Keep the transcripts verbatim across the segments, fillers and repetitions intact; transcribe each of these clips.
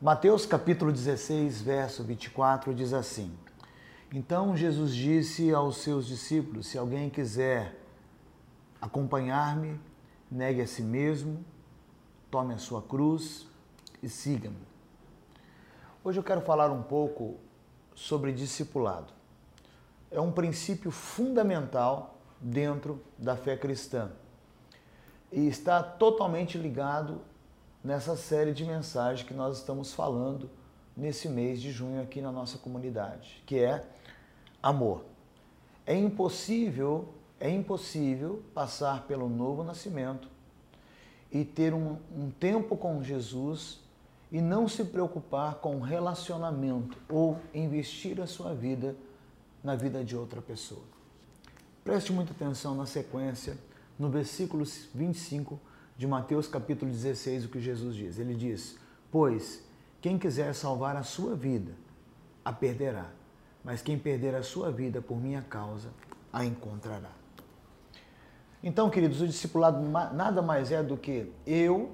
Mateus capítulo dezesseis, verso vinte e quatro diz assim: Então Jesus disse aos seus discípulos: se alguém quiser acompanhar-me, negue a si mesmo, tome a sua cruz e siga-me. Hoje eu quero falar um pouco sobre discipulado. É um princípio fundamental dentro da fé cristã e está totalmente ligado nessa série de mensagens que nós estamos falando nesse mês de junho aqui na nossa comunidade, que é amor. É impossível, é impossível passar pelo novo nascimento e ter um, um tempo com Jesus e não se preocupar com o relacionamento ou investir a sua vida na vida de outra pessoa. Preste muita atenção na sequência, no versículo vinte e cinco de Mateus capítulo dezesseis, o que Jesus diz. Ele diz: pois quem quiser salvar a sua vida, a perderá, mas quem perder a sua vida por minha causa, a encontrará. Então, queridos, o discipulado nada mais é do que eu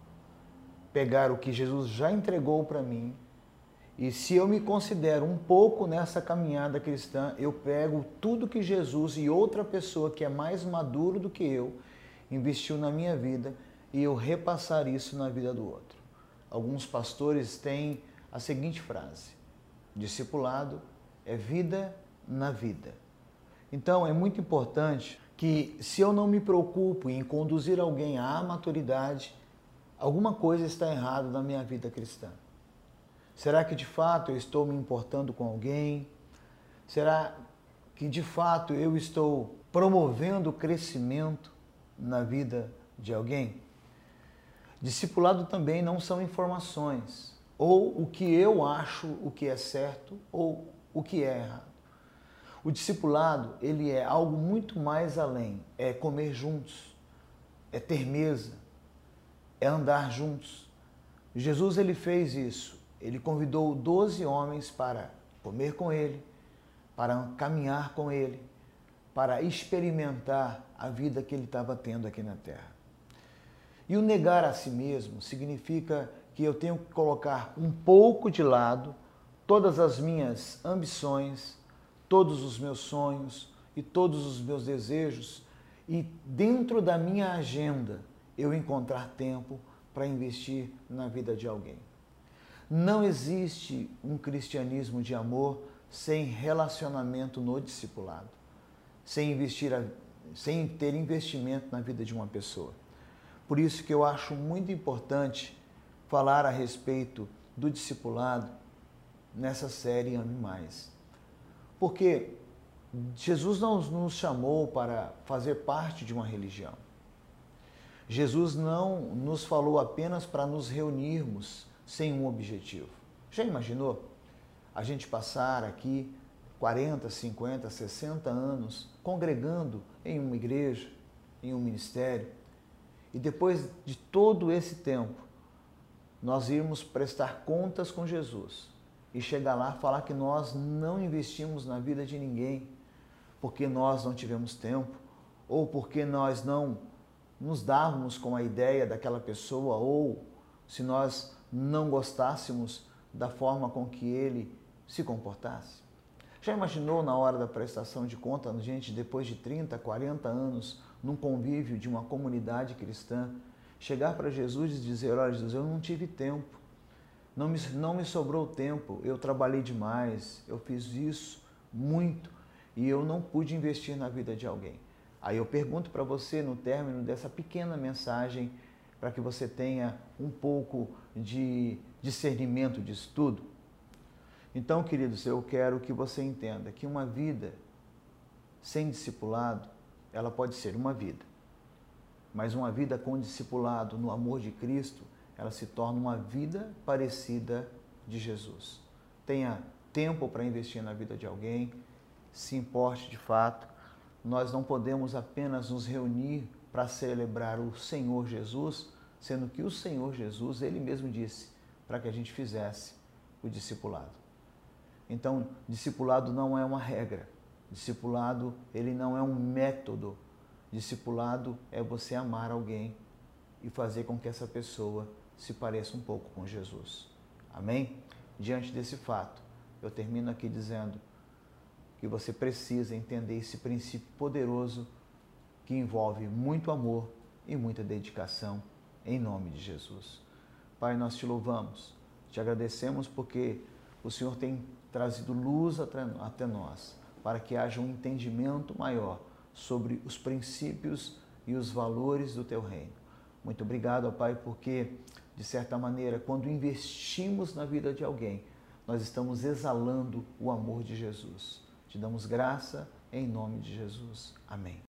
pegar o que Jesus já entregou para mim, e se eu me considero um pouco nessa caminhada cristã, eu pego tudo que Jesus e outra pessoa que é mais maduro do que eu investiu na minha vida e eu repassar isso na vida do outro. Alguns pastores têm a seguinte frase: discipulado é vida na vida. Então é muito importante que, se eu não me preocupo em conduzir alguém à maturidade, alguma coisa está errada na minha vida cristã. Será que de fato eu estou me importando com alguém? Será que de fato eu estou promovendo o crescimento na vida de alguém? Discipulado também não são informações, ou o que eu acho o que é certo ou o que é errado. O discipulado, ele é algo muito mais além, é comer juntos, é ter mesa, é andar juntos. Jesus, ele fez isso. Ele convidou doze homens para comer com ele, para caminhar com ele, para experimentar a vida que ele estava tendo aqui na terra. E o negar a si mesmo significa que eu tenho que colocar um pouco de lado todas as minhas ambições, todos os meus sonhos e todos os meus desejos, e dentro da minha agenda eu encontrar tempo para investir na vida de alguém. Não existe um cristianismo de amor sem relacionamento no discipulado, sem investir, sem ter investimento na vida de uma pessoa. Por isso que eu acho muito importante falar a respeito do discipulado nessa série Ame Mais. Porque Jesus não nos chamou para fazer parte de uma religião. Jesus não nos falou apenas para nos reunirmos sem um objetivo. Já imaginou a gente passar aqui quarenta, cinquenta, sessenta anos congregando em uma igreja, em um ministério, e depois de todo esse tempo nós irmos prestar contas com Jesus e chegar lá e falar que nós não investimos na vida de ninguém porque nós não tivemos tempo ou porque nós não nos dávamos com a ideia daquela pessoa, ou se nós não gostássemos da forma com que ele se comportasse? Já imaginou na hora da prestação de conta, gente, depois de trinta, quarenta anos, num convívio de uma comunidade cristã, chegar para Jesus e dizer: olha, Jesus, eu não tive tempo, não me, não me sobrou tempo, eu trabalhei demais, eu fiz isso muito e eu não pude investir na vida de alguém. Aí eu pergunto para você, no término dessa pequena mensagem, para que você tenha um pouco de discernimento disso tudo. Então, queridos, eu quero que você entenda que uma vida sem discipulado, ela pode ser uma vida. Mas uma vida com discipulado no amor de Cristo, ela se torna uma vida parecida de Jesus. Tenha tempo para investir na vida de alguém, se importe de fato. Nós não podemos apenas nos reunir para celebrar o Senhor Jesus, sendo que o Senhor Jesus, ele mesmo disse para que a gente fizesse o discipulado. Então, discipulado não é uma regra. Discipulado, ele não é um método. Discipulado é você amar alguém e fazer com que essa pessoa se pareça um pouco com Jesus. Amém? Diante desse fato, eu termino aqui dizendo que você precisa entender esse princípio poderoso que envolve muito amor e muita dedicação, em nome de Jesus. Pai, nós te louvamos, te agradecemos porque o Senhor tem trazido luz até nós, para que haja um entendimento maior sobre os princípios e os valores do teu reino. Muito obrigado, ó Pai, porque, de certa maneira, quando investimos na vida de alguém, nós estamos exalando o amor de Jesus. Te damos graça em nome de Jesus. Amém.